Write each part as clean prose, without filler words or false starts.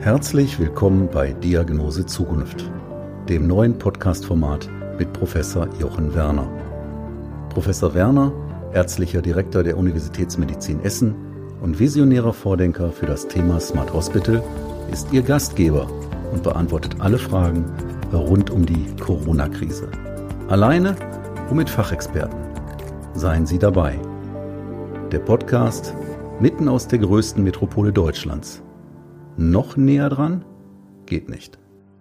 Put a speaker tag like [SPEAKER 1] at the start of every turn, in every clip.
[SPEAKER 1] Herzlich willkommen bei Diagnose Zukunft, dem neuen Podcast-Format mit Professor Jochen Werner. Professor Werner, ärztlicher Direktor der Universitätsmedizin Essen und visionärer Vordenker für das Thema Smart Hospital, ist Ihr Gastgeber und beantwortet alle Fragen rund um die Corona-Krise. Alleine und mit Fachexperten. Seien Sie dabei. Der Podcast mitten aus der größten Metropole Deutschlands. Noch näher dran? Geht nicht.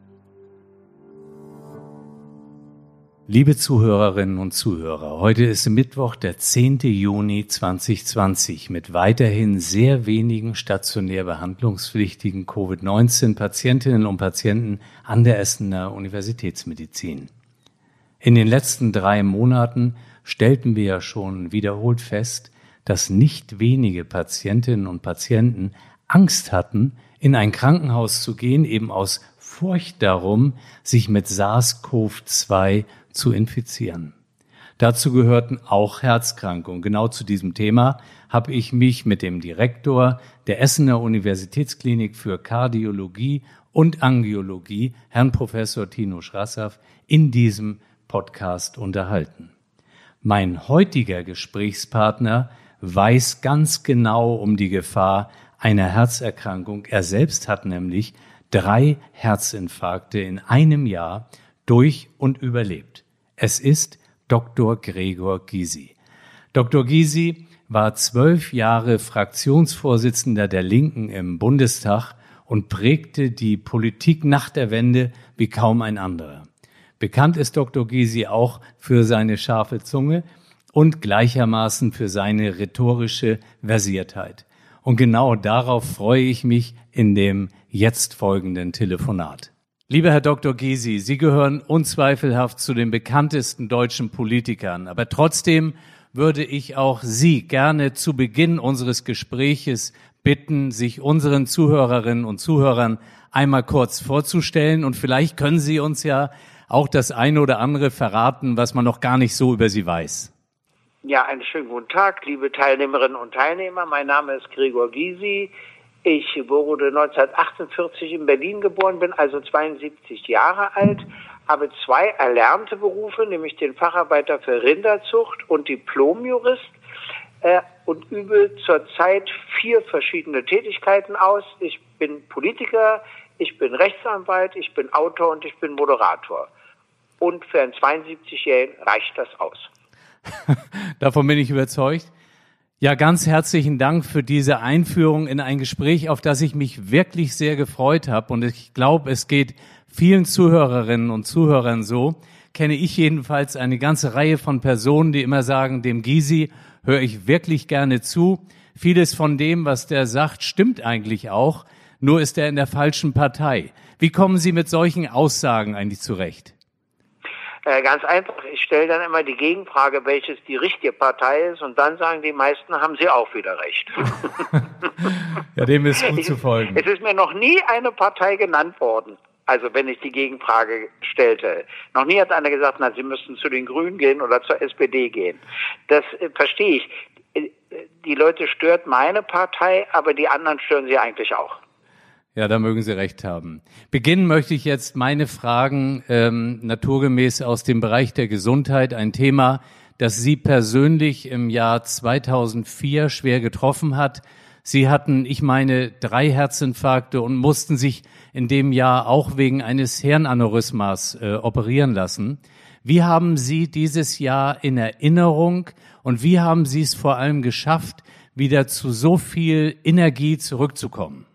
[SPEAKER 2] Liebe Zuhörerinnen und Zuhörer, heute ist Mittwoch, der 10. Juni 2020 mit weiterhin sehr wenigen stationär behandlungspflichtigen Covid-19-Patientinnen und Patienten an der Essener Universitätsmedizin. In den letzten 3 Monaten stellten wir ja schon wiederholt fest, dass nicht wenige Patientinnen und Patienten Angst hatten, in ein Krankenhaus zu gehen, eben aus Furcht darum, sich mit SARS-CoV-2 zu infizieren. Dazu gehörten auch Herzkranke. Und genau zu diesem Thema habe ich mich mit dem Direktor der Essener Universitätsklinik für Kardiologie und Angiologie, Herrn Professor Tino Schrassaff, in diesem Podcast unterhalten. Mein heutiger Gesprächspartner weiß ganz genau um die Gefahr einer Herzerkrankung. Er selbst hat nämlich 3 Herzinfarkte in einem Jahr durch und überlebt. Es ist Dr. Gregor Gysi. Dr. Gysi war 12 Jahre Fraktionsvorsitzender der Linken im Bundestag und prägte die Politik nach der Wende wie kaum ein anderer. Bekannt ist Dr. Gysi auch für seine scharfe Zunge und gleichermaßen für seine rhetorische Versiertheit. Und genau darauf freue ich mich in dem jetzt folgenden Telefonat. Lieber Herr Dr. Gysi, Sie gehören unzweifelhaft zu den bekanntesten deutschen Politikern. Aber trotzdem würde ich auch Sie gerne zu Beginn unseres Gespräches bitten, sich unseren Zuhörerinnen und Zuhörern einmal kurz vorzustellen. Und vielleicht können Sie uns ja auch das eine oder andere verraten, was man noch gar nicht so über Sie weiß.
[SPEAKER 3] Ja, einen schönen guten Tag, liebe Teilnehmerinnen und Teilnehmer. Mein Name ist Gregor Gysi. Ich wurde 1948 in Berlin geboren, bin also 72 Jahre alt, habe 2 erlernte Berufe, nämlich den Facharbeiter für Rinderzucht und Diplomjurist und übe zurzeit 4 verschiedene Tätigkeiten aus. Ich bin Politiker, ich bin Rechtsanwalt, ich bin Autor und ich bin Moderator. Und für einen 72-Jährigen reicht das aus.
[SPEAKER 2] Davon bin ich überzeugt. Ja, ganz herzlichen Dank für diese Einführung in ein Gespräch, auf das ich mich wirklich sehr gefreut habe. Und ich glaube, es geht vielen Zuhörerinnen und Zuhörern so. Kenne ich jedenfalls eine ganze Reihe von Personen, die immer sagen, dem Gysi höre ich wirklich gerne zu. Vieles von dem, was der sagt, stimmt eigentlich auch. Nur ist er in der falschen Partei. Wie kommen Sie mit solchen Aussagen eigentlich zurecht?
[SPEAKER 3] Ganz einfach, ich stelle dann immer die Gegenfrage, welches die richtige Partei ist, und dann sagen die meisten, haben sie auch wieder recht.
[SPEAKER 2] Ja, dem ist gut zu folgen.
[SPEAKER 3] Es ist mir noch nie eine Partei genannt worden, also wenn ich die Gegenfrage stellte. Noch nie hat einer gesagt, na, Sie müssten zu den Grünen gehen oder zur SPD gehen. Das verstehe ich. Die Leute stört meine Partei, aber die anderen stören sie eigentlich auch.
[SPEAKER 2] Ja, da mögen Sie recht haben. Beginnen möchte ich jetzt meine Fragen naturgemäß aus dem Bereich der Gesundheit. Ein Thema, das Sie persönlich im Jahr 2004 schwer getroffen hat. Sie hatten, ich meine, 3 Herzinfarkte und mussten sich in dem Jahr auch wegen eines Hirnaneurysmas operieren lassen. Wie haben Sie dieses Jahr in Erinnerung und wie haben Sie es vor allem geschafft, wieder zu so viel Energie zurückzukommen?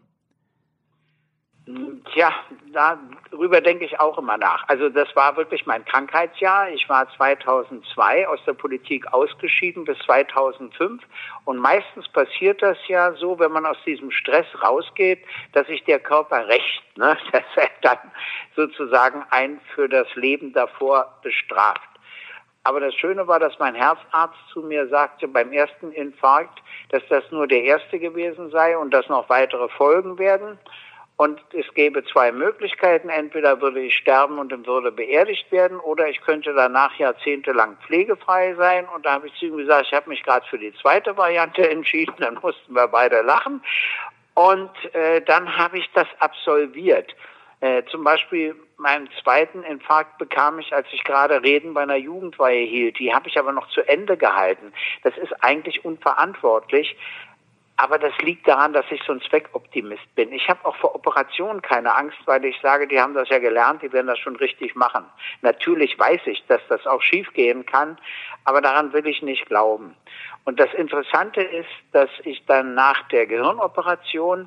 [SPEAKER 3] Tja, darüber denke ich auch immer nach. Also das war wirklich mein Krankheitsjahr. Ich war 2002 aus der Politik ausgeschieden bis 2005. Und meistens passiert das ja so, wenn man aus diesem Stress rausgeht, dass sich der Körper rächt, ne? Dass er dann sozusagen einen für das Leben davor bestraft. Aber das Schöne war, dass mein Herzarzt zu mir sagte beim ersten Infarkt, dass das nur der erste gewesen sei und dass noch weitere folgen werden. Und es gäbe 2 Möglichkeiten. Entweder würde ich sterben und dann würde beerdigt werden, oder ich könnte danach jahrzehntelang pflegefrei sein. Und da habe ich zu ihm gesagt, ich habe mich gerade für die 2. Variante entschieden. Dann mussten wir beide lachen. Und dann habe ich das absolviert. Zum Beispiel meinen zweiten Infarkt bekam ich, als ich gerade Reden bei einer Jugendweihe hielt. Die habe ich aber noch zu Ende gehalten. Das ist eigentlich unverantwortlich. Aber das liegt daran, dass ich so ein Zweckoptimist bin. Ich habe auch vor Operationen keine Angst, weil ich sage, die haben das ja gelernt, die werden das schon richtig machen. Natürlich weiß ich, dass das auch schiefgehen kann, aber daran will ich nicht glauben. Und das Interessante ist, dass ich dann nach der Gehirnoperation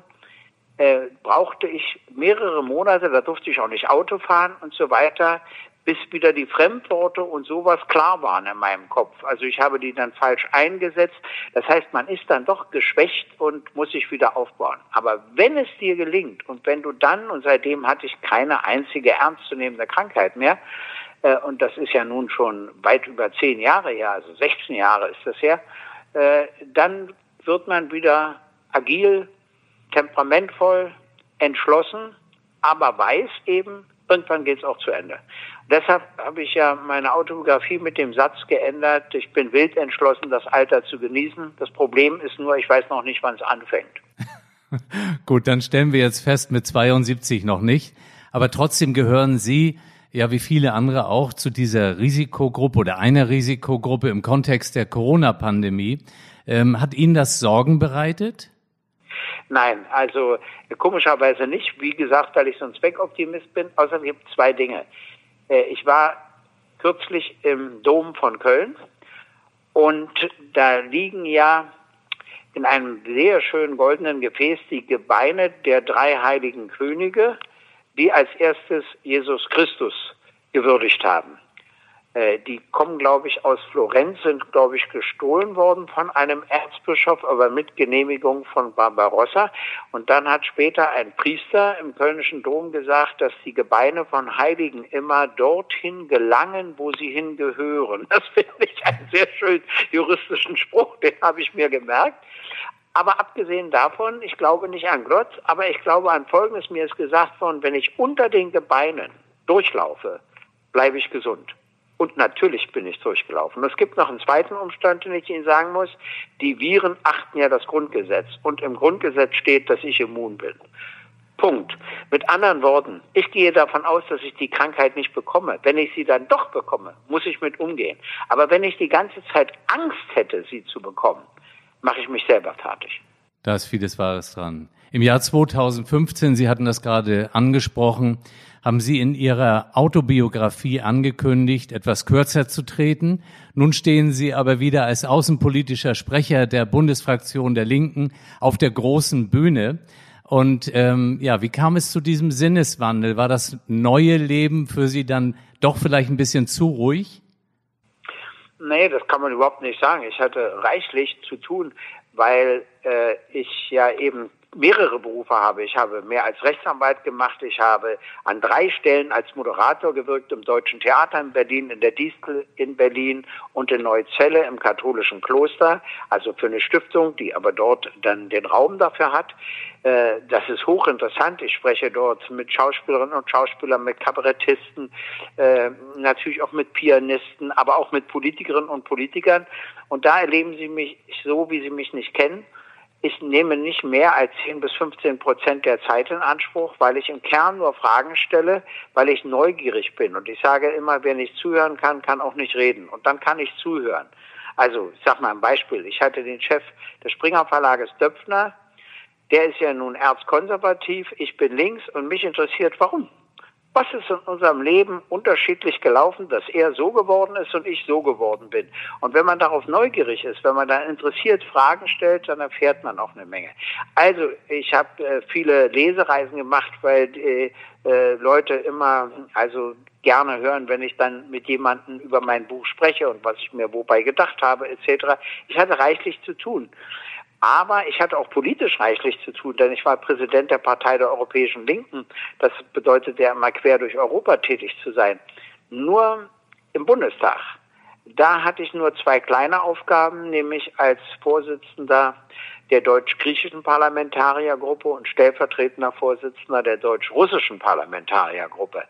[SPEAKER 3] brauchte ich mehrere Monate, da durfte ich auch nicht Auto fahren und so weiter, bis wieder die Fremdworte und sowas klar waren in meinem Kopf. Also ich habe die dann falsch eingesetzt. Das heißt, man ist dann doch geschwächt und muss sich wieder aufbauen. Aber wenn es dir gelingt und wenn du dann, und seitdem hatte ich keine einzige ernstzunehmende Krankheit mehr, und das ist ja nun schon weit über 10 Jahre her, also 16 Jahre ist das her, dann wird man wieder agil, temperamentvoll, entschlossen, aber weiß eben, irgendwann geht es auch zu Ende. Und deshalb habe ich ja meine Autobiografie mit dem Satz geändert, ich bin wild entschlossen, das Alter zu genießen. Das Problem ist nur, ich weiß noch nicht, wann es anfängt.
[SPEAKER 2] Gut, dann stellen wir jetzt fest, mit 72 noch nicht. Aber trotzdem gehören Sie, ja wie viele andere auch, zu dieser Risikogruppe oder einer Risikogruppe im Kontext der Corona-Pandemie. Hat Ihnen das Sorgen bereitet?
[SPEAKER 3] Nein, also komischerweise nicht. Wie gesagt, weil ich so ein Zweckoptimist bin. Außerdem gibt es 2 Dinge. Ich war kürzlich im Dom von Köln und da liegen ja in einem sehr schönen goldenen Gefäß die Gebeine der 3 heiligen Könige, die als erstes Jesus Christus gewürdigt haben. Die kommen, glaube ich, aus Florenz, sind, glaube ich, gestohlen worden von einem Erzbischof, aber mit Genehmigung von Barbarossa. Und dann hat später ein Priester im Kölnischen Dom gesagt, dass die Gebeine von Heiligen immer dorthin gelangen, wo sie hingehören. Das finde ich einen sehr schönen juristischen Spruch, den habe ich mir gemerkt. Aber abgesehen davon, ich glaube nicht an Gott, aber ich glaube an Folgendes. Mir ist gesagt worden, wenn ich unter den Gebeinen durchlaufe, bleibe ich gesund. Und natürlich bin ich durchgelaufen. Und es gibt noch einen zweiten Umstand, den ich Ihnen sagen muss. Die Viren achten ja das Grundgesetz. Und im Grundgesetz steht, dass ich immun bin. Punkt. Mit anderen Worten, ich gehe davon aus, dass ich die Krankheit nicht bekomme. Wenn ich sie dann doch bekomme, muss ich mit umgehen. Aber wenn ich die ganze Zeit Angst hätte, sie zu bekommen, mache ich mich selber fertig.
[SPEAKER 2] Da ist vieles Wahres dran. Im Jahr 2015, Sie hatten das gerade angesprochen, haben Sie in Ihrer Autobiografie angekündigt, etwas kürzer zu treten. Nun stehen Sie aber wieder als außenpolitischer Sprecher der Bundesfraktion der Linken auf der großen Bühne. Und wie kam es zu diesem Sinneswandel? War das neue Leben für Sie dann doch vielleicht ein bisschen zu ruhig?
[SPEAKER 3] Nee, das kann man überhaupt nicht sagen. Ich hatte reichlich zu tun, weil ich ja eben mehrere Berufe habe. Ich habe mehr als Rechtsanwalt gemacht. Ich habe an 3 Stellen als Moderator gewirkt im Deutschen Theater in Berlin, in der Distel in Berlin und in Neuzelle im katholischen Kloster. Also für eine Stiftung, die aber dort dann den Raum dafür hat. Das ist hochinteressant. Ich spreche dort mit Schauspielerinnen und Schauspielern, mit Kabarettisten, natürlich auch mit Pianisten, aber auch mit Politikerinnen und Politikern. Und da erleben Sie mich so, wie Sie mich nicht kennen. Ich nehme nicht mehr als 10-15% der Zeit in Anspruch, weil ich im Kern nur Fragen stelle, weil ich neugierig bin. Und ich sage immer, wer nicht zuhören kann, kann auch nicht reden. Und dann kann ich zuhören. Also, ich sag mal ein Beispiel. Ich hatte den Chef des Springer Verlages Döpfner. Der ist ja nun erzkonservativ. Ich bin links und mich interessiert, warum? Was ist in unserem Leben unterschiedlich gelaufen, dass er so geworden ist und ich so geworden bin? Und wenn man darauf neugierig ist, wenn man da interessiert Fragen stellt, dann erfährt man auch eine Menge. Also ich habe viele Lesereisen gemacht, weil Leute immer gerne hören, wenn ich dann mit jemandem über mein Buch spreche und was ich mir wobei gedacht habe etc. Ich hatte reichlich zu tun. Aber ich hatte auch politisch reichlich zu tun, denn ich war Präsident der Partei der Europäischen Linken. Das bedeutet ja immer quer durch Europa tätig zu sein. Nur im Bundestag. Da hatte ich nur 2 kleine Aufgaben, nämlich als Vorsitzender der deutsch-griechischen Parlamentariergruppe und stellvertretender Vorsitzender der deutsch-russischen Parlamentariergruppe.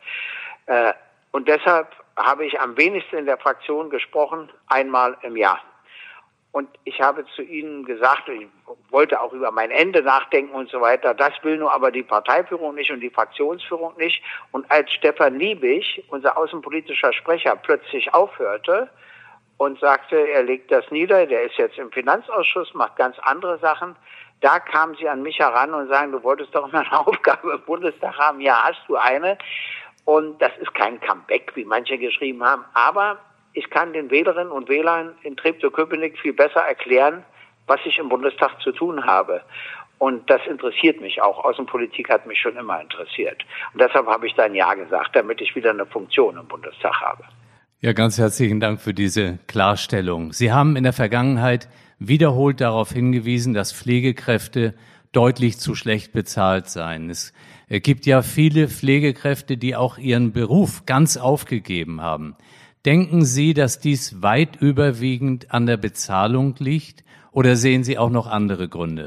[SPEAKER 3] Und deshalb habe ich am wenigsten in der Fraktion gesprochen, einmal im Jahr. Und ich habe zu ihnen gesagt, ich wollte auch über mein Ende nachdenken und so weiter, das will nur aber die Parteiführung nicht und die Fraktionsführung nicht. Und als Stefan Liebig, unser außenpolitischer Sprecher, plötzlich aufhörte und sagte, er legt das nieder, der ist jetzt im Finanzausschuss, macht ganz andere Sachen, da kamen sie an mich heran und sagen, du wolltest doch mal eine Aufgabe im Bundestag haben. Ja, hast du eine. Und das ist kein Comeback, wie manche geschrieben haben, aber ich kann den Wählerinnen und Wählern in Treptow-Köpenick viel besser erklären, was ich im Bundestag zu tun habe. Und das interessiert mich auch. Außenpolitik hat mich schon immer interessiert. Und deshalb habe ich dann Ja gesagt, damit ich wieder eine Funktion im Bundestag habe.
[SPEAKER 2] Ja, ganz herzlichen Dank für diese Klarstellung. Sie haben in der Vergangenheit wiederholt darauf hingewiesen, dass Pflegekräfte deutlich zu schlecht bezahlt seien. Es gibt ja viele Pflegekräfte, die auch ihren Beruf ganz aufgegeben haben. Denken Sie, dass dies weit überwiegend an der Bezahlung liegt, oder sehen Sie auch noch andere Gründe?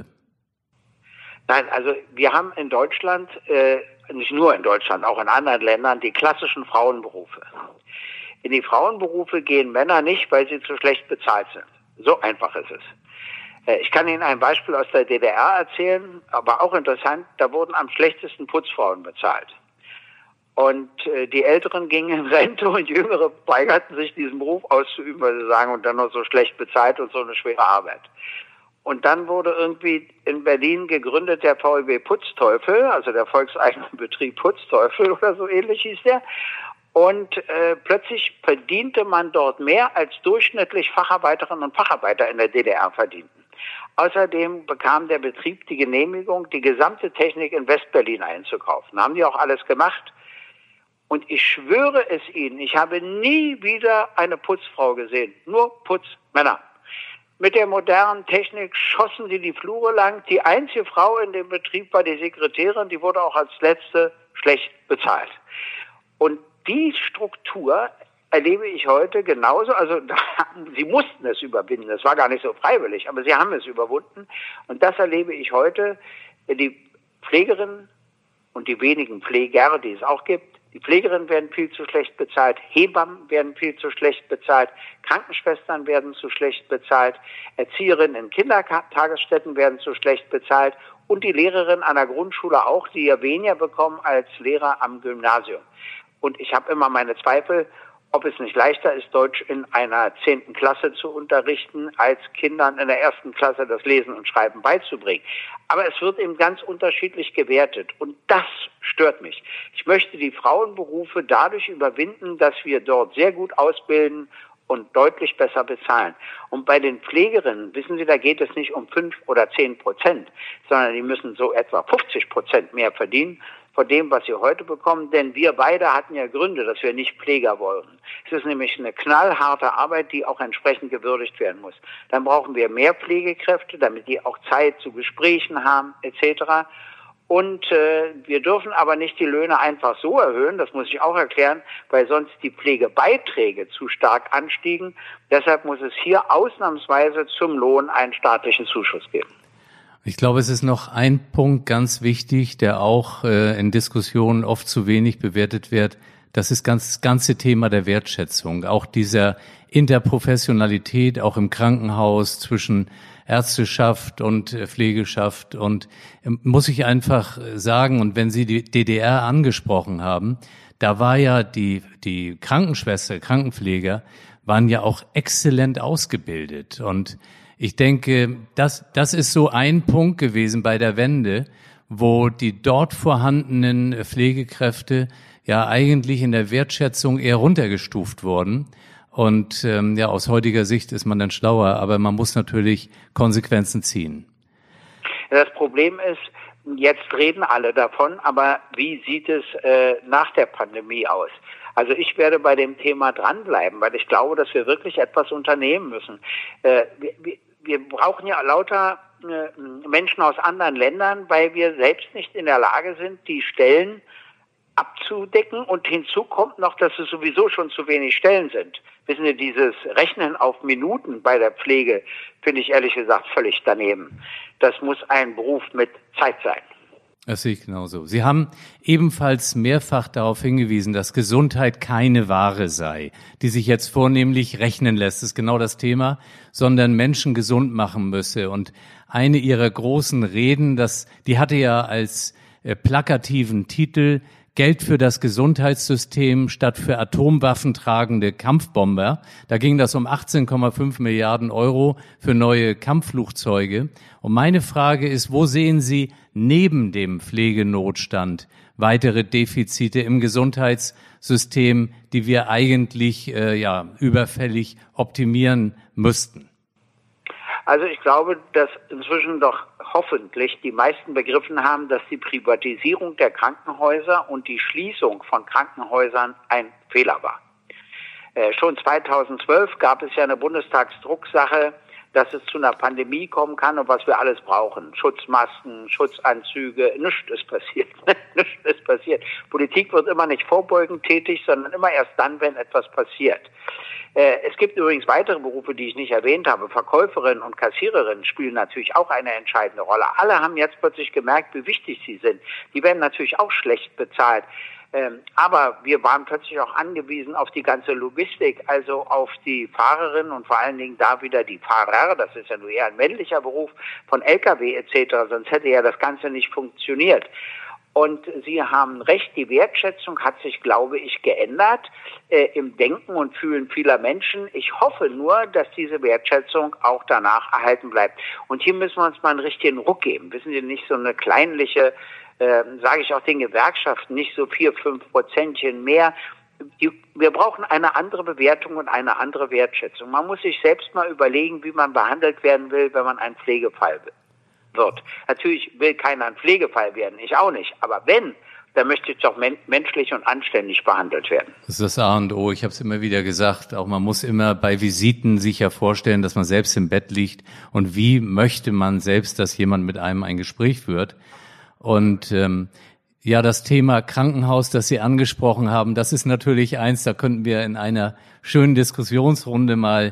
[SPEAKER 3] Nein, also wir haben in Deutschland, nicht nur in Deutschland, auch in anderen Ländern, die klassischen Frauenberufe. In die Frauenberufe gehen Männer nicht, weil sie zu schlecht bezahlt sind. So einfach ist es. Ich kann Ihnen ein Beispiel aus der DDR erzählen, aber auch interessant, da wurden am schlechtesten Putzfrauen bezahlt. Und die Älteren gingen in Rente und Jüngere weigerten sich, diesen Beruf auszuüben, weil sie sagen, und dann noch so schlecht bezahlt und so eine schwere Arbeit. Und dann wurde irgendwie in Berlin gegründet der VEB Putzteufel, also der volkseigene Betrieb Putzteufel oder so ähnlich hieß der. Und plötzlich verdiente man dort mehr als durchschnittlich Facharbeiterinnen und Facharbeiter in der DDR verdienten. Außerdem bekam der Betrieb die Genehmigung, die gesamte Technik in Westberlin einzukaufen. Haben die auch alles gemacht. Und ich schwöre es Ihnen, ich habe nie wieder eine Putzfrau gesehen, nur Putzmänner. Mit der modernen Technik schossen sie die Flure lang. Die einzige Frau in dem Betrieb war die Sekretärin, die wurde auch als letzte schlecht bezahlt. Und die Struktur erlebe ich heute genauso. Also sie mussten es überwinden, es war gar nicht so freiwillig, aber sie haben es überwunden. Und das erlebe ich heute. Die Pflegerinnen und die wenigen Pfleger, die es auch gibt, die Pflegerinnen werden viel zu schlecht bezahlt, Hebammen werden viel zu schlecht bezahlt, Krankenschwestern werden zu schlecht bezahlt, Erzieherinnen in Kindertagesstätten werden zu schlecht bezahlt und die Lehrerinnen an der Grundschule auch, die ja weniger bekommen als Lehrer am Gymnasium. Und ich habe immer meine Zweifel, ob es nicht leichter ist, Deutsch in einer 10. Klasse zu unterrichten, als Kindern in der 1. Klasse das Lesen und Schreiben beizubringen. Aber es wird eben ganz unterschiedlich gewertet und das stört mich. Ich möchte die Frauenberufe dadurch überwinden, dass wir dort sehr gut ausbilden und deutlich besser bezahlen. Und bei den Pflegerinnen, wissen Sie, da geht es nicht um 5 oder 10%, sondern die müssen so etwa 50% mehr verdienen von dem, was sie heute bekommen, denn wir beide hatten ja Gründe, dass wir nicht Pfleger wollten. Es ist nämlich eine knallharte Arbeit, die auch entsprechend gewürdigt werden muss. Dann brauchen wir mehr Pflegekräfte, damit die auch Zeit zu Gesprächen haben, etc. Und wir dürfen aber nicht die Löhne einfach so erhöhen, das muss ich auch erklären, weil sonst die Pflegebeiträge zu stark anstiegen. Deshalb muss es hier ausnahmsweise zum Lohn einen staatlichen Zuschuss geben.
[SPEAKER 2] Ich glaube, es ist noch ein Punkt ganz wichtig, der auch in Diskussionen oft zu wenig bewertet wird. Das ist das ganze Thema der Wertschätzung, auch dieser Interprofessionalität, auch im Krankenhaus zwischen Ärzteschaft und Pflegeschaft. Und muss ich einfach sagen, und wenn Sie die DDR angesprochen haben, da war ja die Krankenschwester, Krankenpfleger waren ja auch exzellent ausgebildet. Und ich denke, das ist so ein Punkt gewesen bei der Wende, wo die dort vorhandenen Pflegekräfte ja eigentlich in der Wertschätzung eher runtergestuft wurden. Und ja, aus heutiger Sicht ist man dann schlauer, aber man muss natürlich Konsequenzen ziehen.
[SPEAKER 3] Das Problem ist, jetzt reden alle davon, aber wie sieht es nach der Pandemie aus? Also ich werde bei dem Thema dranbleiben, weil ich glaube, dass wir wirklich etwas unternehmen müssen. Wir brauchen ja lauter Menschen aus anderen Ländern, weil wir selbst nicht in der Lage sind, die Stellen abzudecken. Und hinzu kommt noch, dass es sowieso schon zu wenig Stellen sind. Wissen Sie, dieses Rechnen auf Minuten bei der Pflege finde ich ehrlich gesagt völlig daneben. Das muss ein Beruf mit Zeit sein.
[SPEAKER 2] Das sehe ich genauso. Sie haben ebenfalls mehrfach darauf hingewiesen, dass Gesundheit keine Ware sei, die sich jetzt vornehmlich rechnen lässt. Das ist genau das Thema, sondern Menschen gesund machen müsse. Und eine Ihrer großen Reden, die hatte ja als plakativen Titel Geld für das Gesundheitssystem statt für atomwaffentragende Kampfbomber. Da ging das um 18,5 Milliarden Euro für neue Kampfflugzeuge. Und meine Frage ist, wo sehen Sie neben dem Pflegenotstand weitere Defizite im Gesundheitssystem, die wir eigentlich überfällig optimieren müssten?
[SPEAKER 3] Also ich glaube, dass inzwischen doch hoffentlich die meisten begriffen haben, dass die Privatisierung der Krankenhäuser und die Schließung von Krankenhäusern ein Fehler war. Schon 2012 gab es ja eine Bundestagsdrucksache, dass es zu einer Pandemie kommen kann und was wir alles brauchen. Schutzmasken, Schutzanzüge, nichts ist passiert. Nichts ist passiert. Politik wird immer nicht vorbeugend tätig, sondern immer erst dann, wenn etwas passiert. Es gibt übrigens weitere Berufe, die ich nicht erwähnt habe. Verkäuferinnen und Kassiererinnen spielen natürlich auch eine entscheidende Rolle. Alle haben jetzt plötzlich gemerkt, wie wichtig sie sind. Die werden natürlich auch schlecht bezahlt. Aber wir waren plötzlich auch angewiesen auf die ganze Logistik, also auf die Fahrerinnen und vor allen Dingen da wieder die Fahrer, das ist ja nur eher ein männlicher Beruf, von LKW etc., sonst hätte ja das Ganze nicht funktioniert. Und Sie haben recht, die Wertschätzung hat sich, glaube ich, geändert im Denken und Fühlen vieler Menschen. Ich hoffe nur, dass diese Wertschätzung auch danach erhalten bleibt. Und hier müssen wir uns mal einen richtigen Ruck geben. Wissen Sie, nicht so eine kleinliche, sage ich auch den Gewerkschaften, nicht so 4-5% mehr. Wir brauchen eine andere Bewertung und eine andere Wertschätzung. Man muss sich selbst mal überlegen, wie man behandelt werden will, wenn man ein Pflegefall wird. Natürlich will keiner ein Pflegefall werden, ich auch nicht. Aber wenn, dann möchte ich doch menschlich und anständig behandelt werden.
[SPEAKER 2] Das ist das A und O. Ich habe es immer wieder gesagt, auch man muss immer bei Visiten sich ja vorstellen, dass man selbst im Bett liegt. Und wie möchte man selbst, dass jemand mit einem ein Gespräch führt? Und das Thema Krankenhaus, das Sie angesprochen haben, das ist natürlich eins, da könnten wir in einer schönen Diskussionsrunde mal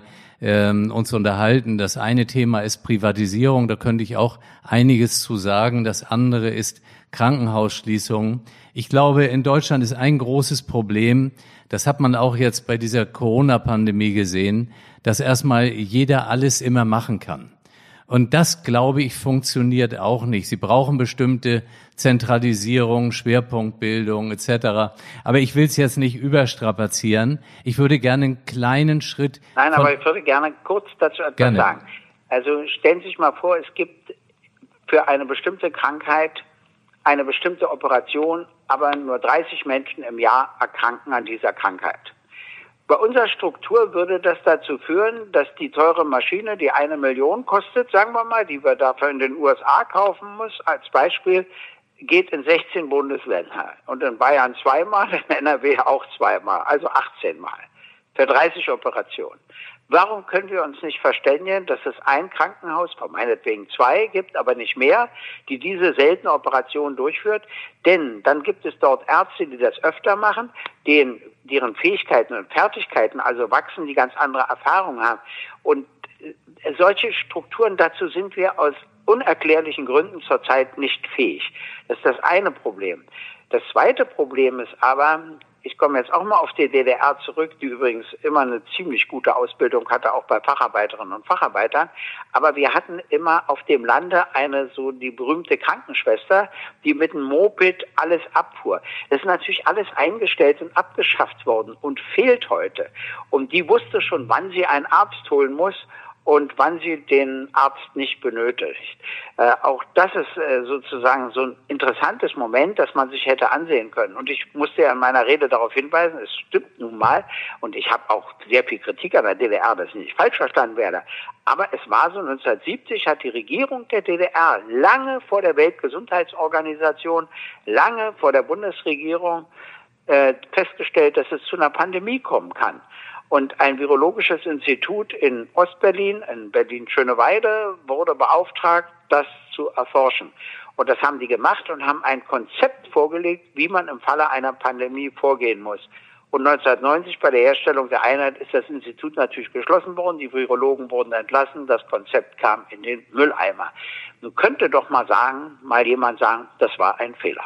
[SPEAKER 2] uns unterhalten. Das eine Thema ist Privatisierung, da könnte ich auch einiges zu sagen. Das andere ist Krankenhausschließungen. Ich glaube, in Deutschland ist ein großes Problem, das hat man auch jetzt bei dieser Corona-Pandemie gesehen, dass erstmal jeder alles immer machen kann. Und das, glaube ich, funktioniert auch nicht. Sie brauchen bestimmte Zentralisierung, Schwerpunktbildung etc. Aber ich will es jetzt nicht überstrapazieren. Ich würde gerne einen kleinen Schritt...
[SPEAKER 3] Nein, aber ich würde gerne kurz dazu etwas sagen. Also stellen Sie sich mal vor, es gibt für eine bestimmte Krankheit eine bestimmte Operation, aber nur 30 Menschen im Jahr erkranken an dieser Krankheit. Bei unserer Struktur würde das dazu führen, dass die teure Maschine, die 1 Million kostet, sagen wir mal, die wir dafür in den USA kaufen muss, als Beispiel, geht in 16 Bundesländer. Und in Bayern 2-mal, in NRW auch 2-mal, also 18-mal. Für 30 Operationen. Warum können wir uns nicht verständigen, dass es ein Krankenhaus, meinetwegen 2 gibt, aber nicht mehr, die diese seltene Operation durchführt? Denn dann gibt es dort Ärzte, die das öfter machen, deren Fähigkeiten und Fertigkeiten also wachsen, die ganz andere Erfahrungen haben. Und solche Strukturen, dazu sind wir aus unerklärlichen Gründen zurzeit nicht fähig. Das ist das eine Problem. Das zweite Problem ist aber, ich komme jetzt auch mal auf die DDR zurück, die übrigens immer eine ziemlich gute Ausbildung hatte, auch bei Facharbeiterinnen und Facharbeitern. Aber wir hatten immer auf dem Lande die berühmte Krankenschwester, die mit dem Moped alles abfuhr. Das ist natürlich alles eingestellt und abgeschafft worden und fehlt heute. Und die wusste schon, wann sie einen Arzt holen muss und wann sie den Arzt nicht benötigt. Auch das ist sozusagen so ein interessantes Moment, das man sich hätte ansehen können. Und ich musste ja in meiner Rede darauf hinweisen, es stimmt nun mal, und ich habe auch sehr viel Kritik an der DDR, dass ich nicht falsch verstanden werde, aber es war so, 1970 hat die Regierung der DDR lange vor der Weltgesundheitsorganisation, lange vor der Bundesregierung festgestellt, dass es zu einer Pandemie kommen kann. Und ein virologisches Institut in Ostberlin, in Berlin-Schöneweide, wurde beauftragt, das zu erforschen. Und das haben die gemacht und haben ein Konzept vorgelegt, wie man im Falle einer Pandemie vorgehen muss. Und 1990 bei der Herstellung der Einheit ist das Institut natürlich geschlossen worden, die Virologen wurden entlassen, das Konzept kam in den Mülleimer. Nun könnte doch mal jemand sagen, das war ein Fehler.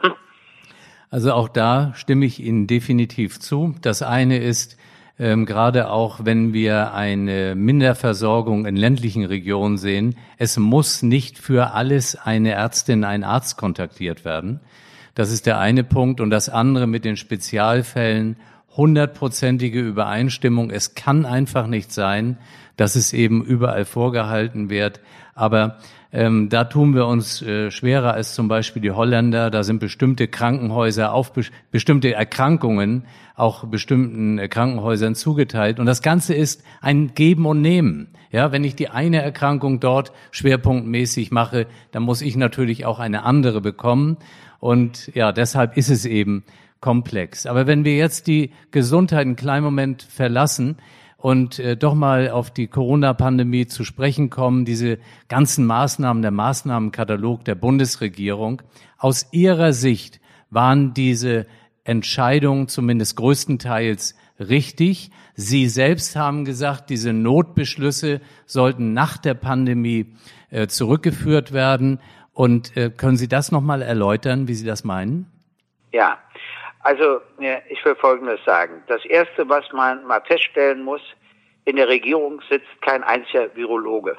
[SPEAKER 2] Also auch da stimme ich Ihnen definitiv zu. Das eine ist, gerade auch wenn wir eine Minderversorgung in ländlichen Regionen sehen, es muss nicht für alles eine Ärztin, ein Arzt kontaktiert werden. Das ist der eine Punkt. Und das andere mit den Spezialfällen, 100%ige Übereinstimmung. Es kann einfach nicht sein, dass es eben überall vorgehalten wird. Aber da tun wir uns schwerer als zum Beispiel die Holländer. Da sind bestimmte Krankenhäuser auf bestimmte Erkrankungen auch bestimmten Krankenhäusern zugeteilt. Und das Ganze ist ein Geben und Nehmen. Ja, wenn ich die eine Erkrankung dort schwerpunktmäßig mache, dann muss ich natürlich auch eine andere bekommen. Und ja, deshalb ist es eben komplex. Aber wenn wir jetzt die Gesundheit einen kleinen Moment verlassen und doch mal auf die Corona-Pandemie zu sprechen kommen, diese ganzen Maßnahmen, der Maßnahmenkatalog der Bundesregierung, aus Ihrer Sicht waren diese Entscheidungen zumindest größtenteils richtig. Sie selbst haben gesagt, diese Notbeschlüsse sollten nach der Pandemie zurückgeführt werden. Und können Sie das nochmal erläutern, wie Sie das meinen?
[SPEAKER 3] Ja, also ich will Folgendes sagen. Das Erste, was man mal feststellen muss, in der Regierung sitzt kein einziger Virologe.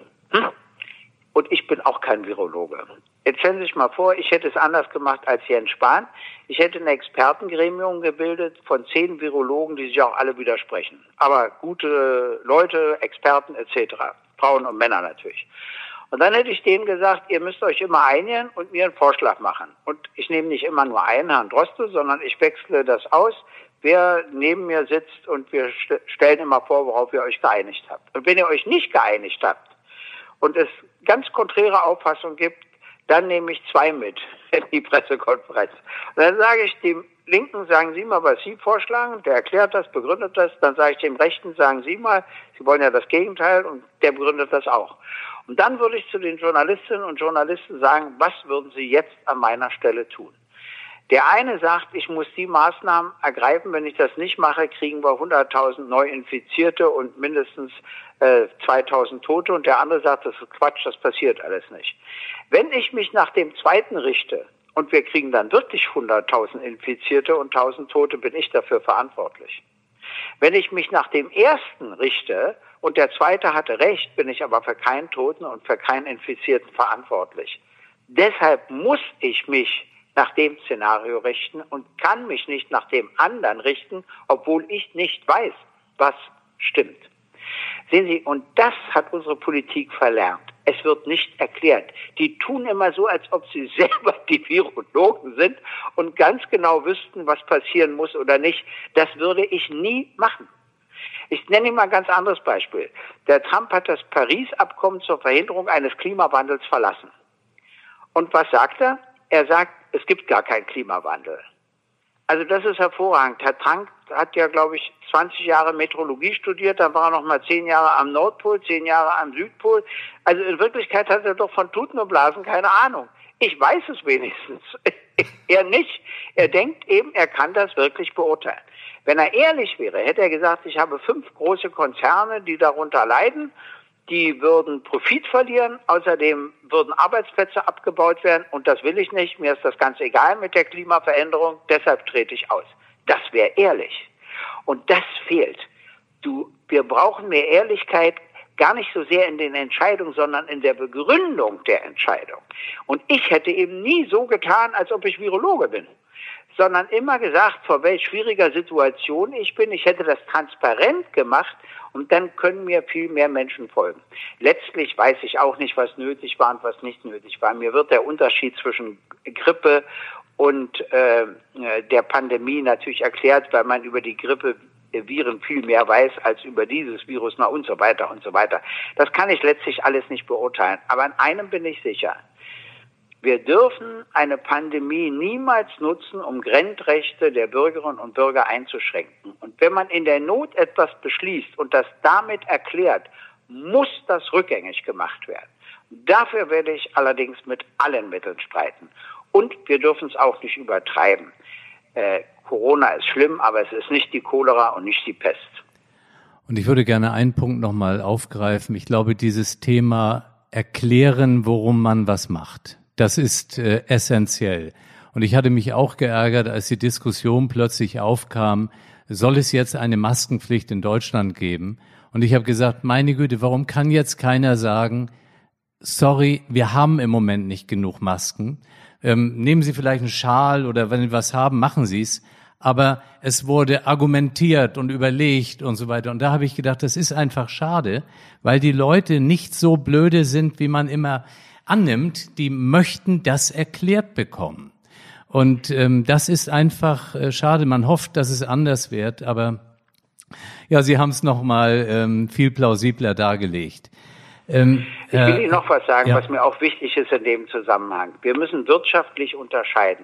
[SPEAKER 3] Und ich bin auch kein Virologe. Jetzt stellen Sie sich mal vor, ich hätte es anders gemacht als Jens Spahn. Ich hätte ein Expertengremium gebildet von 10 Virologen, die sich auch alle widersprechen. Aber gute Leute, Experten etc. Frauen und Männer natürlich. Und dann hätte ich denen gesagt, ihr müsst euch immer einigen und mir einen Vorschlag machen. Und ich nehme nicht immer nur einen, Herrn Droste, sondern ich wechsle das aus, wer neben mir sitzt, und wir stellen immer vor, worauf ihr euch geeinigt habt. Und wenn ihr euch nicht geeinigt habt und es ganz konträre Auffassungen gibt, dann nehme ich 2 mit in die Pressekonferenz. Und dann sage ich dem Linken, sagen Sie mal, was Sie vorschlagen. Der erklärt das, begründet das. Dann sage ich dem Rechten, sagen Sie mal, Sie wollen ja das Gegenteil, und der begründet das auch. Und dann würde ich zu den Journalistinnen und Journalisten sagen, was würden Sie jetzt an meiner Stelle tun? Der eine sagt, ich muss die Maßnahmen ergreifen, wenn ich das nicht mache, kriegen wir 100.000 Neuinfizierte und mindestens 2.000 Tote. Und der andere sagt, das ist Quatsch, das passiert alles nicht. Wenn ich mich nach dem zweiten richte und wir kriegen dann wirklich 100.000 Infizierte und 1.000 Tote, bin ich dafür verantwortlich. Wenn ich mich nach dem ersten richte und der zweite hatte recht, bin ich aber für keinen Toten und für keinen Infizierten verantwortlich. Deshalb muss ich mich nach dem Szenario richten und kann mich nicht nach dem anderen richten, obwohl ich nicht weiß, was stimmt. Sehen Sie, und das hat unsere Politik verlernt. Es wird nicht erklärt. Die tun immer so, als ob sie selber die Virologen sind und ganz genau wüssten, was passieren muss oder nicht. Das würde ich nie machen. Ich nenne Ihnen mal ein ganz anderes Beispiel. Der Trump hat das Paris-Abkommen zur Verhinderung eines Klimawandels verlassen. Und was sagt er? Er sagt, es gibt gar keinen Klimawandel. Also das ist hervorragend. Herr Trump hat ja, glaube ich, 20 Jahre Meteorologie studiert, dann war er noch mal 10 Jahre am Nordpol, 10 Jahre am Südpol. Also in Wirklichkeit hat er doch von Tuten und Blasen keine Ahnung. Ich weiß es wenigstens. Er nicht. Er denkt eben, er kann das wirklich beurteilen. Wenn er ehrlich wäre, hätte er gesagt, ich habe 5 große Konzerne, die darunter leiden. Die würden Profit verlieren, außerdem würden Arbeitsplätze abgebaut werden, und das will ich nicht. Mir ist das ganz egal mit der Klimaveränderung, deshalb trete ich aus. Das wäre ehrlich. Und das fehlt. Wir brauchen mehr Ehrlichkeit, gar nicht so sehr in den Entscheidungen, sondern in der Begründung der Entscheidung. Und ich hätte eben nie so getan, als ob ich Virologe bin, sondern immer gesagt, vor welch schwieriger Situation ich bin. Ich hätte das transparent gemacht, und dann können mir viel mehr Menschen folgen. Letztlich weiß ich auch nicht, was nötig war und was nicht nötig war. Mir wird der Unterschied zwischen Grippe und der Pandemie natürlich erklärt, weil man über die Grippeviren viel mehr weiß als über dieses Virus, und so weiter und so weiter. Das kann ich letztlich alles nicht beurteilen. Aber an einem bin ich sicher. Wir dürfen eine Pandemie niemals nutzen, um Grundrechte der Bürgerinnen und Bürger einzuschränken. Und wenn man in der Not etwas beschließt und das damit erklärt, muss das rückgängig gemacht werden. Dafür werde ich allerdings mit allen Mitteln streiten. Und wir dürfen es auch nicht übertreiben. Corona ist schlimm, aber es ist nicht die Cholera und nicht die Pest.
[SPEAKER 2] Und ich würde gerne einen Punkt nochmal aufgreifen. Ich glaube, dieses Thema erklären, worum man was macht, das ist essentiell. Und ich hatte mich auch geärgert, als die Diskussion plötzlich aufkam, soll es jetzt eine Maskenpflicht in Deutschland geben? Und ich habe gesagt, meine Güte, warum kann jetzt keiner sagen, sorry, wir haben im Moment nicht genug Masken. Nehmen Sie vielleicht einen Schal oder wenn Sie was haben, machen Sie es. Aber es wurde argumentiert und überlegt und so weiter. Und da habe ich gedacht, das ist einfach schade, weil die Leute nicht so blöde sind, wie man immer annimmt. Die möchten das erklärt bekommen. Und das ist einfach schade. Man hofft, dass es anders wird. Aber ja, Sie haben es nochmal viel plausibler dargelegt.
[SPEAKER 3] Ich will Ihnen noch was sagen, was mir auch wichtig ist in dem Zusammenhang. Wir müssen wirtschaftlich unterscheiden.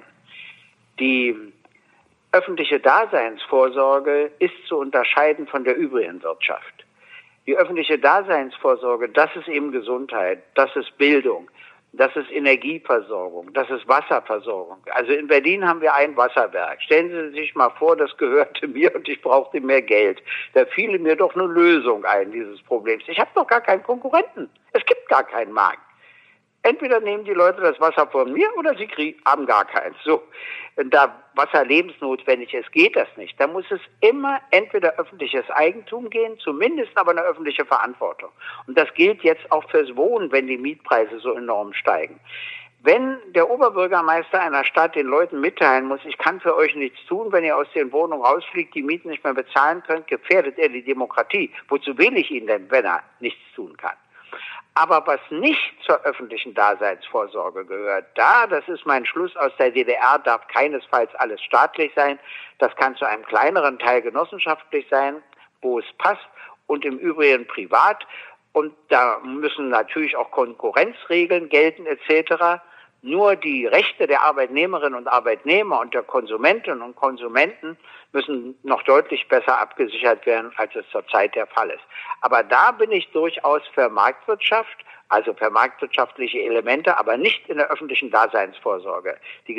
[SPEAKER 3] Die öffentliche Daseinsvorsorge ist zu unterscheiden von der übrigen Wirtschaft. Die öffentliche Daseinsvorsorge, das ist eben Gesundheit, das ist Bildung, das ist Energieversorgung, das ist Wasserversorgung. Also in Berlin haben wir ein Wasserwerk. Stellen Sie sich mal vor, das gehörte mir und ich brauchte mehr Geld. Da fiel mir doch eine Lösung ein, dieses Problems. Ich habe doch gar keinen Konkurrenten. Es gibt gar keinen Markt. Entweder nehmen die Leute das Wasser von mir oder sie haben gar keins. So, wenn da Wasser lebensnotwendig ist, geht das nicht. Da muss es immer entweder öffentliches Eigentum gehen, zumindest aber eine öffentliche Verantwortung. Und das gilt jetzt auch fürs Wohnen, wenn die Mietpreise so enorm steigen. Wenn der Oberbürgermeister einer Stadt den Leuten mitteilen muss, ich kann für euch nichts tun, wenn ihr aus den Wohnungen rausfliegt, die Mieten nicht mehr bezahlen könnt, gefährdet er die Demokratie. Wozu will ich ihn denn, wenn er nichts tun kann? Aber was nicht zur öffentlichen Daseinsvorsorge gehört, das ist mein Schluss aus der DDR, darf keinesfalls alles staatlich sein. Das kann zu einem kleineren Teil genossenschaftlich sein, wo es passt, und im Übrigen privat. Und da müssen natürlich auch Konkurrenzregeln gelten etc. Nur die Rechte der Arbeitnehmerinnen und Arbeitnehmer und der Konsumentinnen und Konsumenten müssen noch deutlich besser abgesichert werden, als es zurzeit der Fall ist. Aber da bin ich durchaus für Marktwirtschaft, also für marktwirtschaftliche Elemente, aber nicht in der öffentlichen Daseinsvorsorge.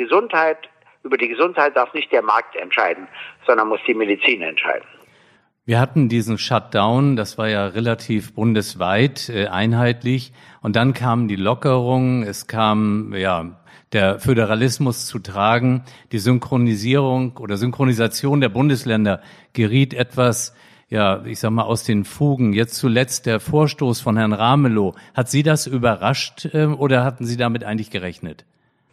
[SPEAKER 3] Über die Gesundheit darf nicht der Markt entscheiden, sondern muss die Medizin entscheiden.
[SPEAKER 2] Wir hatten diesen Shutdown, das war ja relativ bundesweit einheitlich, und dann kamen die Lockerungen, es kam der Föderalismus zu tragen, die Synchronisierung oder Synchronisation der Bundesländer geriet etwas, aus den Fugen. Jetzt zuletzt der Vorstoß von Herrn Ramelow. Hat Sie das überrascht oder hatten Sie damit eigentlich gerechnet?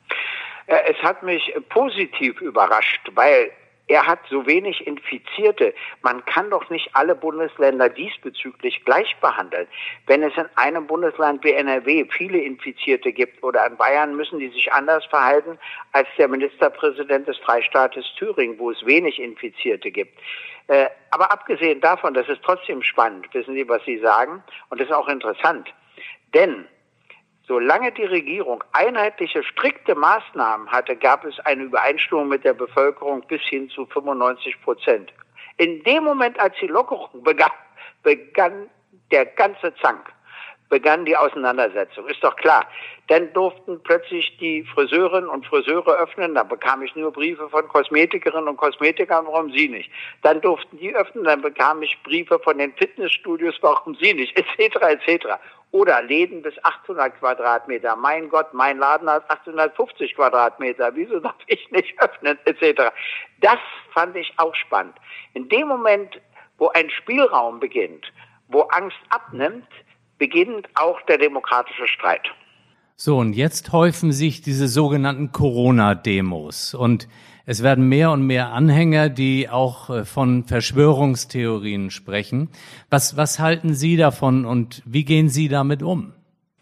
[SPEAKER 3] Es hat mich positiv überrascht, weil er hat so wenig Infizierte. Man kann doch nicht alle Bundesländer diesbezüglich gleich behandeln. Wenn es in einem Bundesland wie NRW viele Infizierte gibt oder in Bayern, müssen die sich anders verhalten als der Ministerpräsident des Freistaates Thüringen, wo es wenig Infizierte gibt. Aber abgesehen davon, das ist trotzdem spannend, wissen Sie, was Sie sagen? Und das ist auch interessant. Denn solange die Regierung einheitliche, strikte Maßnahmen hatte, gab es eine Übereinstimmung mit der Bevölkerung bis hin zu 95%. In dem Moment, als die Lockerung begann der ganze Zank, begann die Auseinandersetzung. Ist doch klar. Dann durften plötzlich die Friseurinnen und Friseure öffnen. Da bekam ich nur Briefe von Kosmetikerinnen und Kosmetikern, warum sie nicht. Dann durften die öffnen, dann bekam ich Briefe von den Fitnessstudios, warum sie nicht, etc. etc. Oder Läden bis 800 Quadratmeter. Mein Gott, mein Laden hat 850 Quadratmeter. Wieso darf ich nicht öffnen, etc. Das fand ich auch spannend. In dem Moment, wo ein Spielraum beginnt, wo Angst abnimmt, beginnt auch der demokratische Streit.
[SPEAKER 2] So, und jetzt häufen sich diese sogenannten Corona-Demos. Und es werden mehr und mehr Anhänger, die auch von Verschwörungstheorien sprechen. Was halten Sie davon und wie gehen Sie damit um?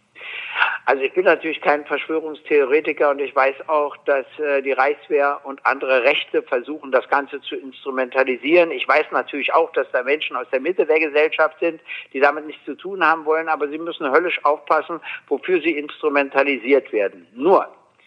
[SPEAKER 3] Also ich bin natürlich kein Verschwörungstheoretiker und ich weiß auch, dass die Reichswehr und andere Rechte versuchen, das Ganze zu instrumentalisieren. Ich weiß natürlich auch, dass da Menschen aus der Mitte der Gesellschaft sind, die damit nichts zu tun haben wollen, aber sie müssen höllisch aufpassen, wofür sie instrumentalisiert werden. Nur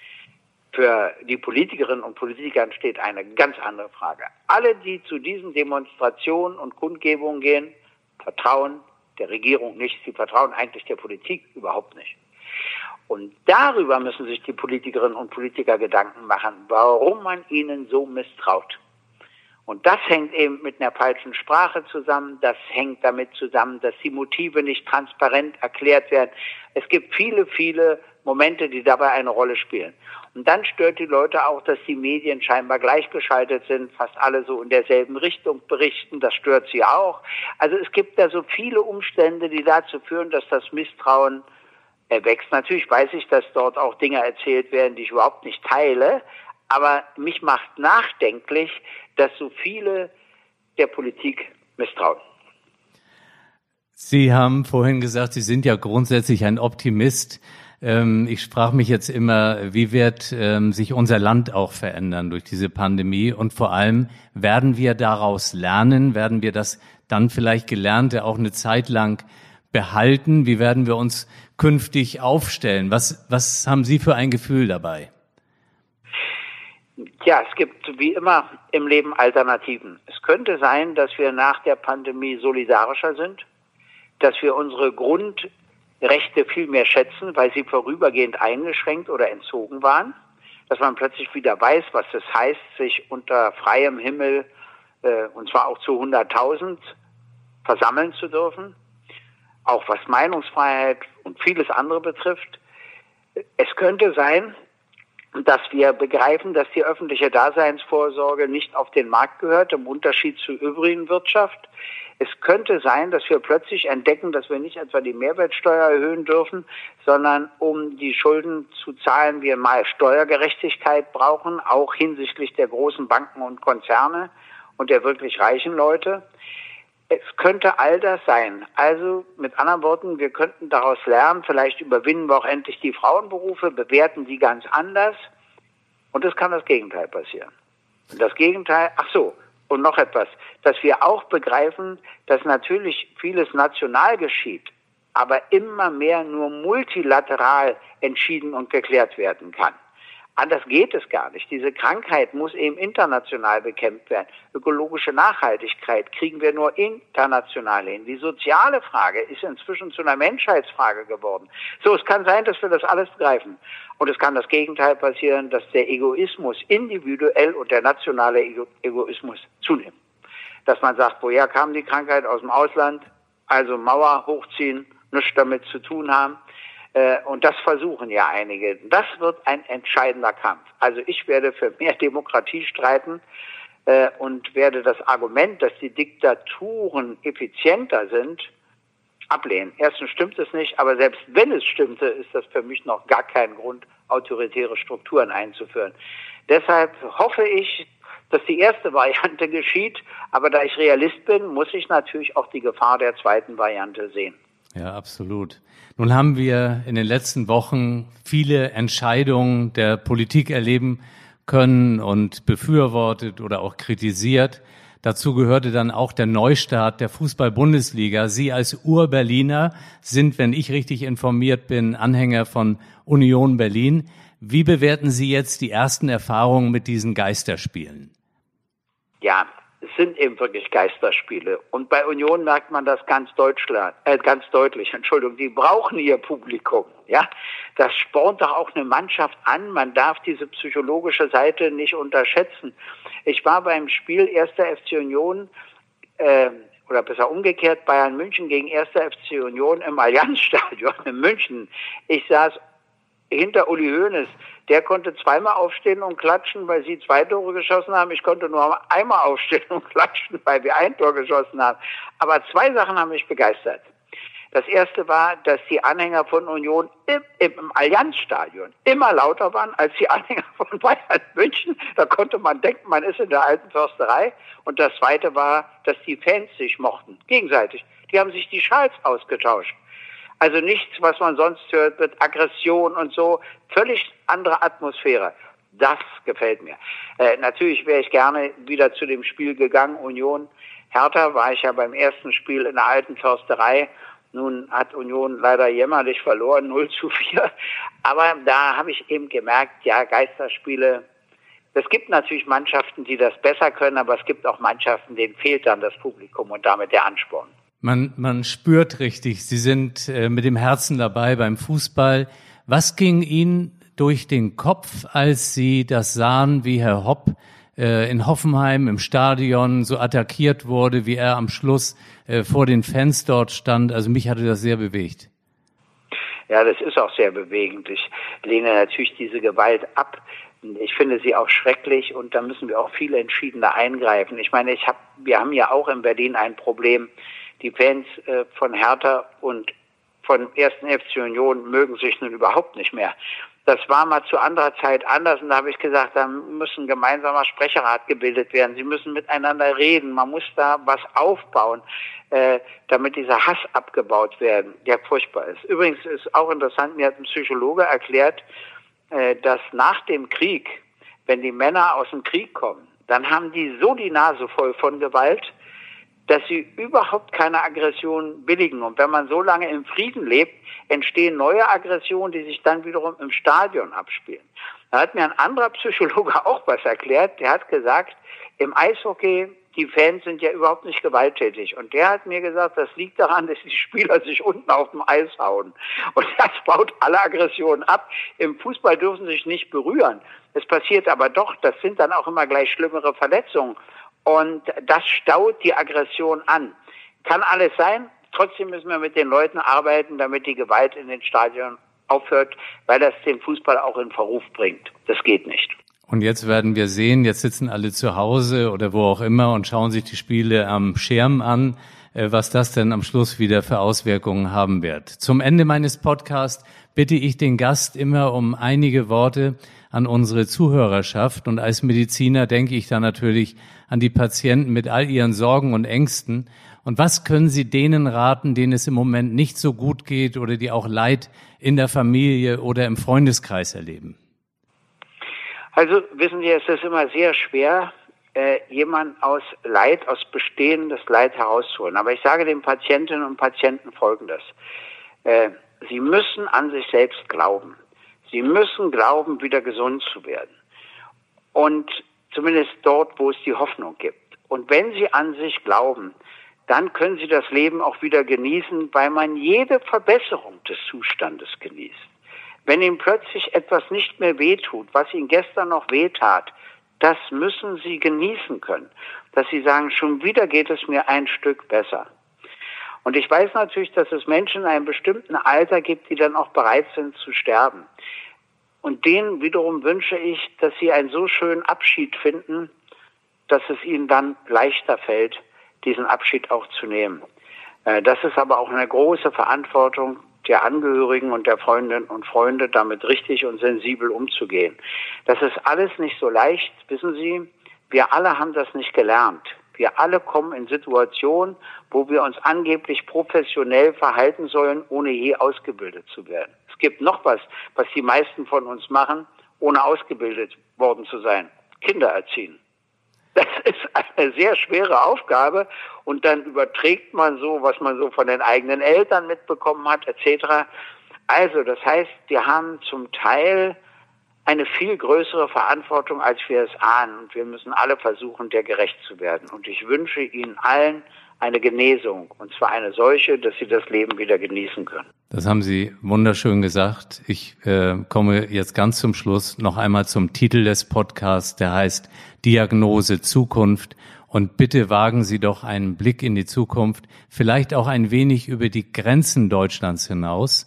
[SPEAKER 3] für die Politikerinnen und Politiker steht eine ganz andere Frage. Alle, die zu diesen Demonstrationen und Kundgebungen gehen, vertrauen der Regierung nicht. Sie vertrauen eigentlich der Politik überhaupt nicht. Und darüber müssen sich die Politikerinnen und Politiker Gedanken machen, warum man ihnen so misstraut. Und das hängt eben mit einer falschen Sprache zusammen. Das hängt damit zusammen, dass die Motive nicht transparent erklärt werden. Es gibt viele, viele Momente, die dabei eine Rolle spielen. Und dann stört die Leute auch, dass die Medien scheinbar gleichgeschaltet sind, fast alle so in derselben Richtung berichten. Das stört sie auch. Also es gibt da so viele Umstände, die dazu führen, dass das Misstrauen wächst. Natürlich weiß ich, dass dort auch Dinge erzählt werden, die ich überhaupt nicht teile. Aber mich macht nachdenklich, dass so viele der Politik misstrauen.
[SPEAKER 2] Sie haben vorhin gesagt, Sie sind ja grundsätzlich ein Optimist. Ich frage mich jetzt immer, wie wird sich unser Land auch verändern durch diese Pandemie? Und vor allem, werden wir daraus lernen? Werden wir das dann vielleicht Gelernte auch eine Zeit lang behalten? Wie werden wir uns künftig aufstellen? Was haben Sie für ein Gefühl dabei?
[SPEAKER 3] Ja, es gibt wie immer im Leben Alternativen. Es könnte sein, dass wir nach der Pandemie solidarischer sind, dass wir unsere Grundrechte viel mehr schätzen, weil sie vorübergehend eingeschränkt oder entzogen waren, dass man plötzlich wieder weiß, was es heißt, sich unter freiem Himmel, und zwar auch zu 100.000, versammeln zu dürfen, auch was Meinungsfreiheit und vieles andere betrifft. Es könnte sein, dass wir begreifen, dass die öffentliche Daseinsvorsorge nicht auf den Markt gehört, im Unterschied zur übrigen Wirtschaft. Es könnte sein, dass wir plötzlich entdecken, dass wir nicht etwa die Mehrwertsteuer erhöhen dürfen, sondern um die Schulden zu zahlen, wir mal Steuergerechtigkeit brauchen, auch hinsichtlich der großen Banken und Konzerne und der wirklich reichen Leute. Es könnte all das sein. Also mit anderen Worten, wir könnten daraus lernen, vielleicht überwinden wir auch endlich die Frauenberufe, bewerten die ganz anders. Und es kann das Gegenteil passieren. Und das Gegenteil, und noch etwas, dass wir auch begreifen, dass natürlich vieles national geschieht, aber immer mehr nur multilateral entschieden und geklärt werden kann. Anders geht es gar nicht. Diese Krankheit muss eben international bekämpft werden. Ökologische Nachhaltigkeit kriegen wir nur international hin. Die soziale Frage ist inzwischen zu einer Menschheitsfrage geworden. So, es kann sein, dass wir das alles begreifen. Und es kann das Gegenteil passieren, dass der Egoismus individuell und der nationale Egoismus zunehmen. Dass man sagt, woher kam die Krankheit? Aus dem Ausland, also Mauer hochziehen, nichts damit zu tun haben. Und das versuchen ja einige. Das wird ein entscheidender Kampf. Also ich werde für mehr Demokratie streiten und werde das Argument, dass die Diktaturen effizienter sind, ablehnen. Erstens stimmt es nicht, aber selbst wenn es stimmte, ist das für mich noch gar kein Grund, autoritäre Strukturen einzuführen. Deshalb hoffe ich, dass die erste Variante geschieht, aber da ich Realist bin, muss ich natürlich auch die Gefahr der zweiten Variante sehen.
[SPEAKER 2] Ja, absolut. Nun haben wir in den letzten Wochen viele Entscheidungen der Politik erleben können und befürwortet oder auch kritisiert. Dazu gehörte dann auch der Neustart der Fußball-Bundesliga. Sie als Ur-Berliner sind, wenn ich richtig informiert bin, Anhänger von Union Berlin. Wie bewerten Sie jetzt die ersten Erfahrungen mit diesen Geisterspielen?
[SPEAKER 3] Ja, es sind eben wirklich Geisterspiele. Und bei Union merkt man das ganz deutlich. Die brauchen ihr Publikum. Ja, das spornt doch auch eine Mannschaft an. Man darf diese psychologische Seite nicht unterschätzen. Ich war beim Spiel 1. FC Union, oder besser umgekehrt, Bayern München gegen 1. FC Union im Allianzstadion in München. Ich saß hinter Uli Hoeneß. Der konnte zweimal aufstehen und klatschen, weil sie 2 Tore geschossen haben. Ich konnte nur einmal aufstehen und klatschen, weil wir 1 Tor geschossen haben. Aber 2 Sachen haben mich begeistert. Das erste war, dass die Anhänger von Union im Allianzstadion immer lauter waren als die Anhänger von Bayern München. Da konnte man denken, man ist in der alten Försterei. Und das zweite war, dass die Fans sich mochten, gegenseitig. Die haben sich die Schals ausgetauscht. Also nichts, was man sonst hört, mit Aggression und so. Völlig andere Atmosphäre. Das gefällt mir. Natürlich wäre ich gerne wieder zu dem Spiel gegangen. Union Hertha war ich ja beim ersten Spiel in der alten Försterei. Nun hat Union leider jämmerlich verloren, 0:4. Aber da habe ich eben gemerkt, ja, Geisterspiele. Es gibt natürlich Mannschaften, die das besser können, aber es gibt auch Mannschaften, denen fehlt dann das Publikum und damit der Ansporn.
[SPEAKER 2] Man spürt richtig, Sie sind mit dem Herzen dabei beim Fußball. Was ging Ihnen durch den Kopf, als Sie das sahen, wie Herr Hopp in Hoffenheim im Stadion so attackiert wurde, wie er am Schluss vor den Fans dort stand. Also mich hatte das sehr bewegt.
[SPEAKER 3] Ja, das ist auch sehr bewegend. Ich lehne natürlich diese Gewalt ab. Ich finde sie auch schrecklich und da müssen wir auch viel entschiedener eingreifen. Ich meine, wir haben ja auch in Berlin ein Problem. Die Fans von Hertha und von 1. FC Union mögen sich nun überhaupt nicht mehr. Das war mal zu anderer Zeit anders und da habe ich gesagt, da muss ein gemeinsamer Sprecherrat gebildet werden. Sie müssen miteinander reden. Man muss da was aufbauen, damit dieser Hass abgebaut werden, der furchtbar ist. Übrigens ist auch interessant, mir hat ein Psychologe erklärt, dass nach dem Krieg, wenn die Männer aus dem Krieg kommen, dann haben die so die Nase voll von Gewalt, dass sie überhaupt keine Aggression billigen. Und wenn man so lange im Frieden lebt, entstehen neue Aggressionen, die sich dann wiederum im Stadion abspielen. Da hat mir ein anderer Psychologe auch was erklärt. Der hat gesagt, im Eishockey, die Fans sind ja überhaupt nicht gewalttätig. Und der hat mir gesagt, das liegt daran, dass die Spieler sich unten auf dem Eis hauen. Und das baut alle Aggressionen ab. Im Fußball dürfen sie sich nicht berühren. Es passiert aber doch, das sind dann auch immer gleich schlimmere Verletzungen. Und das staut die Aggression an. Kann alles sein. Trotzdem müssen wir mit den Leuten arbeiten, damit die Gewalt in den Stadien aufhört, weil das den Fußball auch in Verruf bringt. Das geht nicht.
[SPEAKER 2] Und jetzt werden wir sehen, jetzt sitzen alle zu Hause oder wo auch immer und schauen sich die Spiele am Schirm an, was das denn am Schluss wieder für Auswirkungen haben wird. Zum Ende meines Podcasts bitte ich den Gast immer um einige Worte an unsere Zuhörerschaft. Und als Mediziner denke ich da natürlich an die Patienten mit all ihren Sorgen und Ängsten. Und was können Sie denen raten, denen es im Moment nicht so gut geht oder die auch Leid in der Familie oder im Freundeskreis erleben?
[SPEAKER 3] Also wissen Sie, es ist immer sehr schwer, jemanden aus bestehendes Leid herauszuholen. Aber ich sage den Patientinnen und Patienten Folgendes. Sie müssen an sich selbst glauben. Sie müssen glauben, wieder gesund zu werden. Und zumindest dort, wo es die Hoffnung gibt. Und wenn Sie an sich glauben, dann können Sie das Leben auch wieder genießen, weil man jede Verbesserung des Zustandes genießt. Wenn Ihnen plötzlich etwas nicht mehr wehtut, was Ihnen gestern noch wehtat, das müssen Sie genießen können. Dass Sie sagen, schon wieder geht es mir ein Stück besser. Und ich weiß natürlich, dass es Menschen in einem bestimmten Alter gibt, die dann auch bereit sind zu sterben. Und denen wiederum wünsche ich, dass sie einen so schönen Abschied finden, dass es ihnen dann leichter fällt, diesen Abschied auch zu nehmen. Das ist aber auch eine große Verantwortung der Angehörigen und der Freundinnen und Freunde, damit richtig und sensibel umzugehen. Das ist alles nicht so leicht, wissen Sie. Wir alle haben das nicht gelernt. Wir alle kommen in Situationen, wo wir uns angeblich professionell verhalten sollen, ohne je ausgebildet zu werden. Es gibt noch was die meisten von uns machen, ohne ausgebildet worden zu sein. Kinder erziehen. Das ist eine sehr schwere Aufgabe und dann überträgt man so, was man so von den eigenen Eltern mitbekommen hat, etc. Also, das heißt, wir haben zum Teil eine viel größere Verantwortung, als wir es ahnen. Und wir müssen alle versuchen, der gerecht zu werden. Und ich wünsche Ihnen allen eine Genesung. Und zwar eine solche, dass Sie das Leben wieder genießen können.
[SPEAKER 2] Das haben Sie wunderschön gesagt. Ich komme jetzt ganz zum Schluss noch einmal zum Titel des Podcasts, der heißt Diagnose Zukunft. Und bitte wagen Sie doch einen Blick in die Zukunft, vielleicht auch ein wenig über die Grenzen Deutschlands hinaus.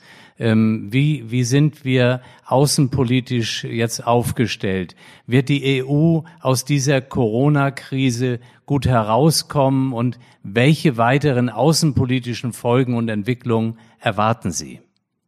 [SPEAKER 2] Wie sind wir außenpolitisch jetzt aufgestellt? Wird die EU aus dieser Corona-Krise gut herauskommen und welche weiteren außenpolitischen Folgen und Entwicklungen erwarten Sie?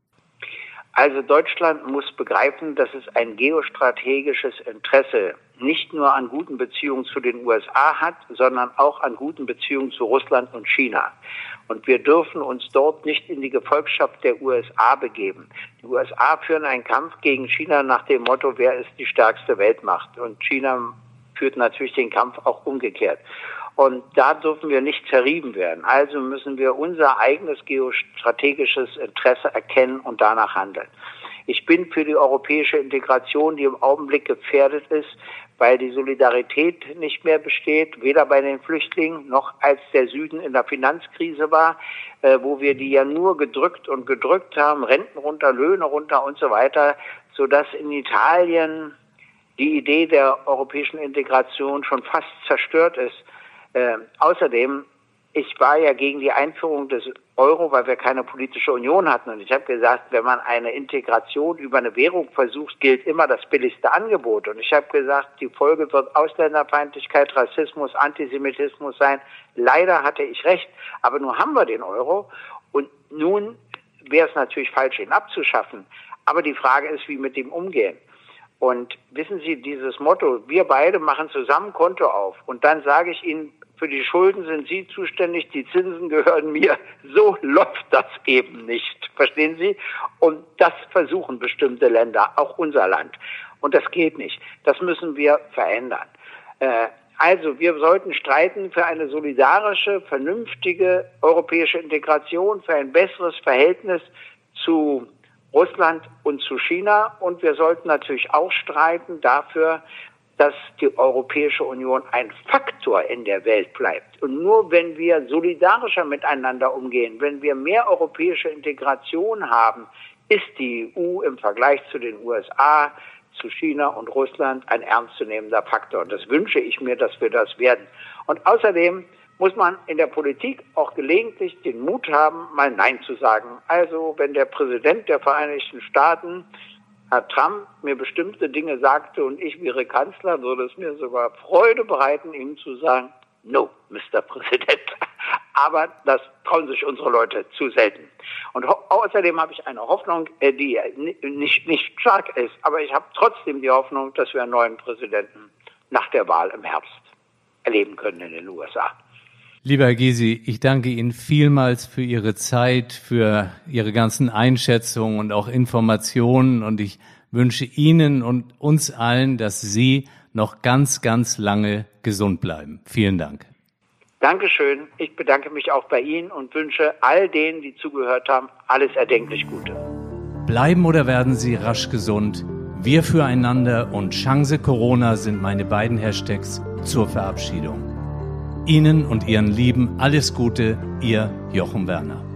[SPEAKER 3] Also Deutschland muss begreifen, dass es ein geostrategisches Interesse nicht nur an guten Beziehungen zu den USA hat, sondern auch an guten Beziehungen zu Russland und China. Und wir dürfen uns dort nicht in die Gefolgschaft der USA begeben. Die USA führen einen Kampf gegen China nach dem Motto, wer ist die stärkste Weltmacht? Und China führt natürlich den Kampf auch umgekehrt. Und da dürfen wir nicht zerrieben werden. Also müssen wir unser eigenes geostrategisches Interesse erkennen und danach handeln. Ich bin für die europäische Integration, die im Augenblick gefährdet ist, weil die Solidarität nicht mehr besteht, weder bei den Flüchtlingen noch als der Süden in der Finanzkrise war, wo wir die ja nur gedrückt haben, Renten runter, Löhne runter und so weiter, sodass in Italien die Idee der europäischen Integration schon fast zerstört ist. Außerdem, ich war ja gegen die Einführung des Euro, weil wir keine politische Union hatten. Und ich habe gesagt, wenn man eine Integration über eine Währung versucht, gilt immer das billigste Angebot. Und ich habe gesagt, die Folge wird Ausländerfeindlichkeit, Rassismus, Antisemitismus sein. Leider hatte ich recht, aber nun haben wir den Euro. Und nun wäre es natürlich falsch, ihn abzuschaffen. Aber die Frage ist, wie mit ihm umgehen. Und wissen Sie, dieses Motto, wir beide machen zusammen Konto auf und dann sage ich Ihnen, für die Schulden sind Sie zuständig, die Zinsen gehören mir. So läuft das eben nicht, verstehen Sie? Und das versuchen bestimmte Länder, auch unser Land. Und das geht nicht. Das müssen wir verändern. Also wir sollten streiten für eine solidarische, vernünftige europäische Integration, für ein besseres Verhältnis zu Russland und zu China. Und wir sollten natürlich auch streiten dafür, dass die Europäische Union ein Faktor in der Welt bleibt. Und nur wenn wir solidarischer miteinander umgehen, wenn wir mehr europäische Integration haben, ist die EU im Vergleich zu den USA, zu China und Russland ein ernstzunehmender Faktor. Und das wünsche ich mir, dass wir das werden. Und außerdem muss man in der Politik auch gelegentlich den Mut haben, mal Nein zu sagen. Also wenn der Präsident der Vereinigten Staaten, Herr Trump, mir bestimmte Dinge sagte und ich wäre Kanzler, würde es mir sogar Freude bereiten, ihm zu sagen, no, Mr. Präsident. Aber das trauen sich unsere Leute zu selten. Und außerdem habe ich eine Hoffnung, die nicht stark ist, aber ich habe trotzdem die Hoffnung, dass wir einen neuen Präsidenten nach der Wahl im Herbst erleben können in den USA.
[SPEAKER 2] Lieber Herr Gysi, ich danke Ihnen vielmals für Ihre Zeit, für Ihre ganzen Einschätzungen und auch Informationen. Und ich wünsche Ihnen und uns allen, dass Sie noch ganz, ganz lange gesund bleiben. Vielen Dank.
[SPEAKER 3] Dankeschön. Ich bedanke mich auch bei Ihnen und wünsche all denen, die zugehört haben, alles erdenklich Gute.
[SPEAKER 2] Bleiben oder werden Sie rasch gesund? Wir füreinander und Chance Corona sind meine beiden Hashtags zur Verabschiedung. Ihnen und Ihren Lieben alles Gute, Ihr Jochen Werner.